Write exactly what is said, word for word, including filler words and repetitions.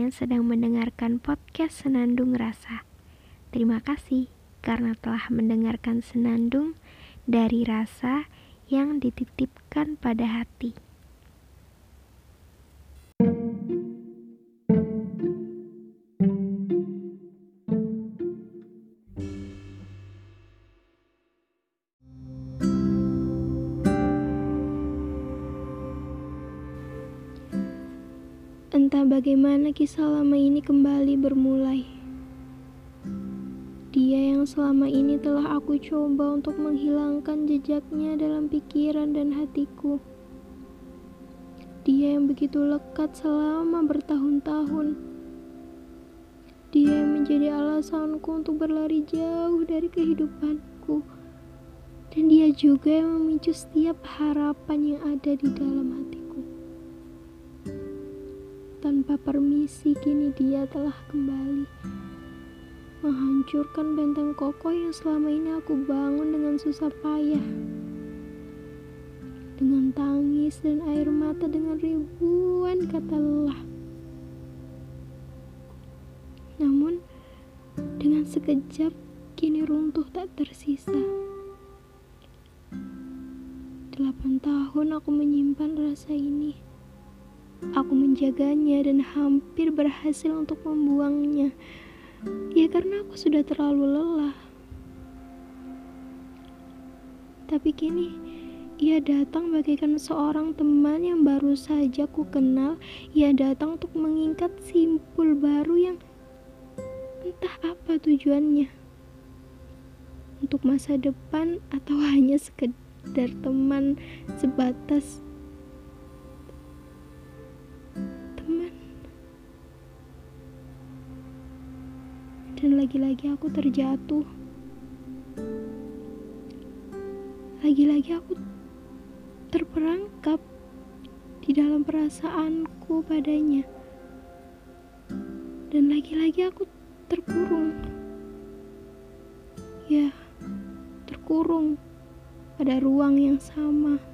yang sedang mendengarkan podcast Senandung Rasa. Terima kasih karena telah mendengarkan senandung dari rasa yang dititipkan pada hati. Entah bagaimana kisah lama ini kembali bermulai. Dia yang selama ini telah aku coba untuk menghilangkan jejaknya dalam pikiran dan hatiku. Dia yang begitu lekat selama bertahun-tahun. Dia yang menjadi alasanku untuk berlari jauh dari kehidupanku. Dan dia juga yang memicu setiap harapan yang ada di dalam hatiku. Tanpa permisi, kini dia telah kembali menghancurkan benteng kokoh yang selama ini aku bangun dengan susah payah, dengan tangis dan air mata, dengan ribuan kata lelah. Namun dengan sekejap kini runtuh tak tersisa. Delapan tahun aku menyimpan rasa ini. Aku menjaganya dan hampir berhasil untuk membuangnya. Ya karena aku sudah terlalu lelah. Tapi kini ia datang bagaikan seorang teman yang baru saja ku kenal. Ia datang untuk mengikat simpul baru yang entah apa tujuannya. Untuk masa depan atau hanya sekedar teman sebatas dan lagi-lagi aku terjatuh. Lagi-lagi aku terperangkap di dalam perasaanku padanya. Dan lagi-lagi aku terkurung. Ya, terkurung pada ruang yang sama.